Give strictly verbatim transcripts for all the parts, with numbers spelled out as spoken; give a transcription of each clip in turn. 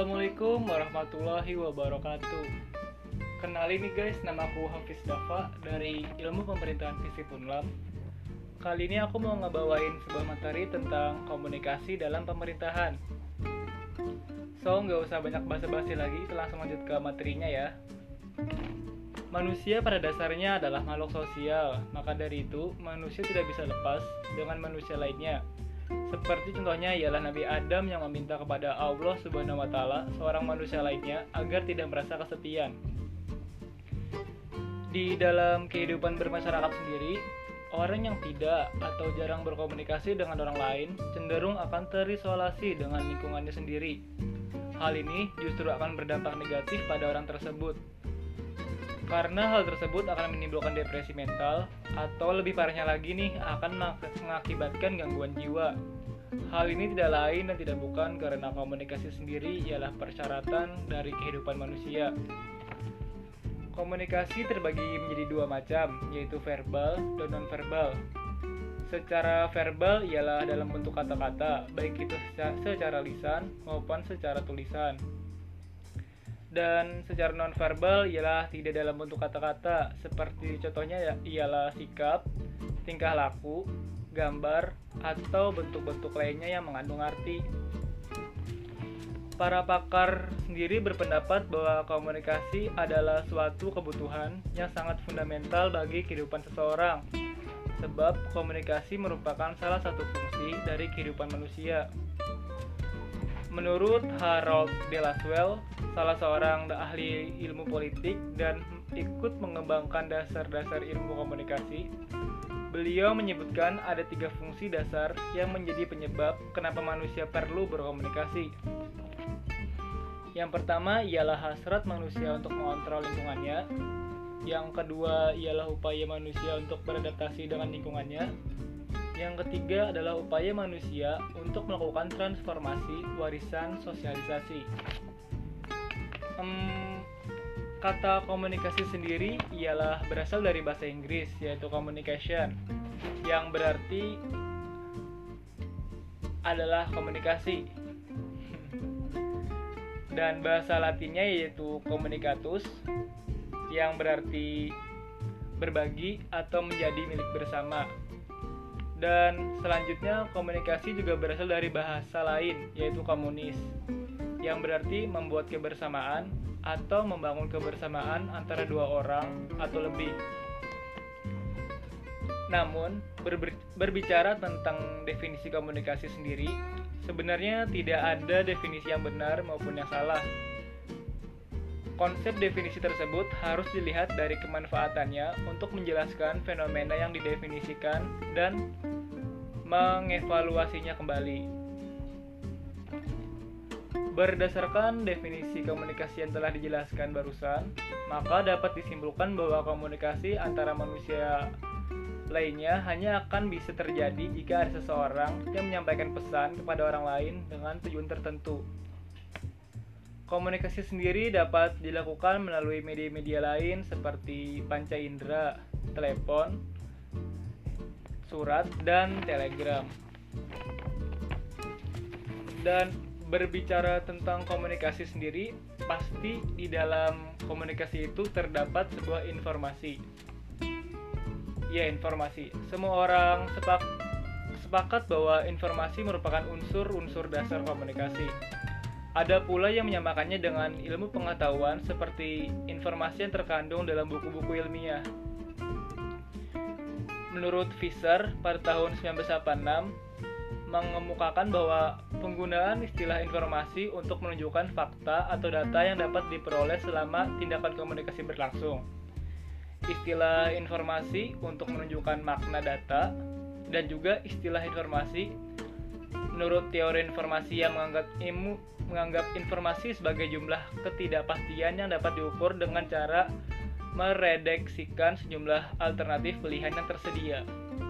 Assalamualaikum warahmatullahi wabarakatuh. Kenalin nih guys, nama aku Hafiz Dafa dari Ilmu Pemerintahan Visip Unlam. Kali ini aku mau ngebawain sebuah materi tentang komunikasi dalam pemerintahan. So, nggak usah banyak basa-basi lagi, kita langsung lanjut ke materinya ya. Manusia pada dasarnya adalah makhluk sosial, maka dari itu manusia tidak bisa lepas dengan manusia lainnya. Seperti contohnya ialah Nabi Adam yang meminta kepada Allah Subhanahu wa Ta'ala seorang manusia lainnya agar tidak merasa kesepian. Di dalam kehidupan bermasyarakat sendiri, orang yang tidak atau jarang berkomunikasi dengan orang lain cenderung akan terisolasi dengan lingkungannya sendiri. Hal ini justru akan berdampak negatif pada orang tersebut. Karena hal tersebut akan menimbulkan depresi mental atau lebih parahnya lagi nih akan mengakibatkan gangguan jiwa. Hal ini tidak lain dan tidak bukan karena komunikasi sendiri ialah persyaratan dari kehidupan manusia. Komunikasi terbagi menjadi dua macam, yaitu verbal dan non-verbal. Secara verbal ialah dalam bentuk kata-kata, baik itu secara lisan maupun secara tulisan. Dan secara non-verbal ialah tidak dalam bentuk kata-kata, seperti contohnya ialah sikap, tingkah laku, gambar, atau bentuk-bentuk lainnya yang mengandung arti. Para pakar sendiri berpendapat bahwa komunikasi adalah suatu kebutuhan yang sangat fundamental bagi kehidupan seseorang, sebab komunikasi merupakan salah satu fungsi dari kehidupan manusia. Menurut Harold de Lasswell, salah seorang ahli ilmu politik dan ikut mengembangkan dasar-dasar ilmu komunikasi, beliau menyebutkan ada tiga fungsi dasar yang menjadi penyebab kenapa manusia perlu berkomunikasi. Yang pertama ialah hasrat manusia untuk mengontrol lingkungannya. Yang kedua ialah upaya manusia untuk beradaptasi dengan lingkungannya. Yang ketiga adalah upaya manusia untuk melakukan transformasi warisan sosialisasi. Hmm, kata komunikasi sendiri ialah berasal dari bahasa Inggris, yaitu communication, yang berarti adalah komunikasi. Dan bahasa Latinnya yaitu communicatus, yang berarti berbagi atau menjadi milik bersama. Dan selanjutnya komunikasi juga berasal dari bahasa lain, yaitu komunis, yang berarti membuat kebersamaan atau membangun kebersamaan antara dua orang atau lebih. Namun, ber- berbicara tentang definisi komunikasi sendiri, sebenarnya tidak ada definisi yang benar maupun yang salah. Konsep definisi tersebut harus dilihat dari kemanfaatannya untuk menjelaskan fenomena yang didefinisikan dan mengevaluasinya kembali. Berdasarkan definisi komunikasi yang telah dijelaskan barusan, maka dapat disimpulkan bahwa komunikasi antara manusia lainnya hanya akan bisa terjadi jika ada seseorang yang menyampaikan pesan kepada orang lain dengan tujuan tertentu. Komunikasi sendiri dapat dilakukan melalui media-media lain seperti panca indera, telepon, surat, dan telegram. Dan berbicara tentang komunikasi sendiri, pasti di dalam komunikasi itu terdapat sebuah informasi. Ya, informasi. Semua orang sepak, sepakat bahwa informasi merupakan unsur-unsur dasar komunikasi. Ada pula yang menyamakannya dengan ilmu pengetahuan seperti informasi yang terkandung dalam buku-buku ilmiah. Menurut Fisher pada tahun seribu sembilan ratus delapan puluh enam mengemukakan bahwa penggunaan istilah informasi untuk menunjukkan fakta atau data yang dapat diperoleh selama tindakan komunikasi berlangsung. Istilah informasi untuk menunjukkan makna data, dan juga istilah informasi menurut teori informasi yang menganggap ilmu menganggap informasi sebagai jumlah ketidakpastian yang dapat diukur dengan cara meredaksikan sejumlah alternatif pilihan yang tersedia.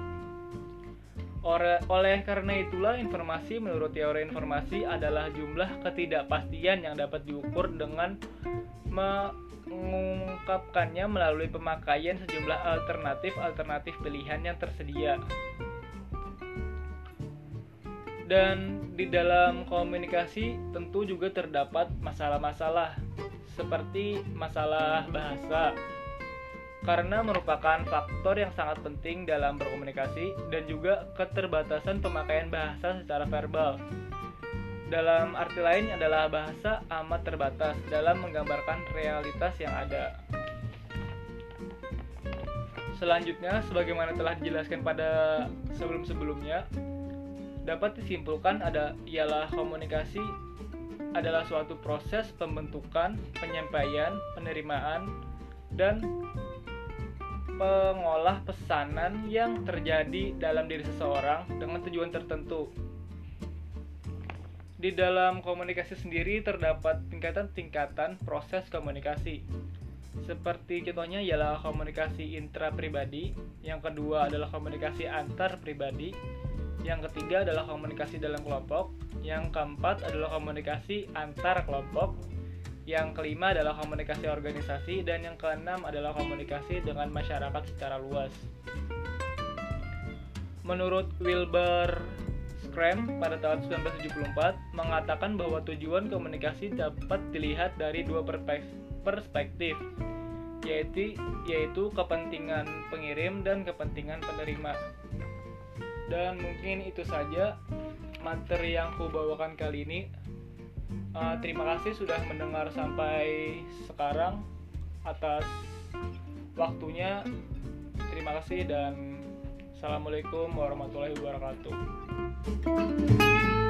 Oleh karena itulah, informasi menurut teori informasi adalah jumlah ketidakpastian yang dapat diukur dengan mengungkapkannya melalui pemakaian sejumlah alternatif-alternatif pilihan yang tersedia. Dan di dalam komunikasi tentu juga terdapat masalah-masalah seperti masalah bahasa, karena merupakan faktor yang sangat penting dalam berkomunikasi, dan juga keterbatasan pemakaian bahasa secara verbal. Dalam arti lain adalah bahasa amat terbatas dalam menggambarkan realitas yang ada. Selanjutnya, sebagaimana telah dijelaskan pada sebelum-sebelumnya, dapat disimpulkan ada ialah komunikasi adalah suatu proses pembentukan, penyampaian, penerimaan, dan pengolah pesanan yang terjadi dalam diri seseorang dengan tujuan tertentu. Di dalam komunikasi sendiri terdapat tingkatan-tingkatan proses komunikasi. Seperti contohnya ialah komunikasi intrapribadi, yang kedua adalah komunikasi antar pribadi, yang ketiga adalah komunikasi dalam kelompok, yang keempat adalah komunikasi antar kelompok, yang kelima adalah komunikasi organisasi, dan yang keenam adalah komunikasi dengan masyarakat secara luas. Menurut Wilbur Scrum pada tahun sembilan belas tujuh puluh empat mengatakan bahwa tujuan komunikasi dapat dilihat dari dua perspektif, yaitu yaitu kepentingan pengirim dan kepentingan penerima. Dan mungkin itu saja materi yang aku bawakan kali ini. Uh, terima kasih sudah mendengar sampai sekarang atas waktunya. Terima kasih dan Assalamualaikum warahmatullahi wabarakatuh.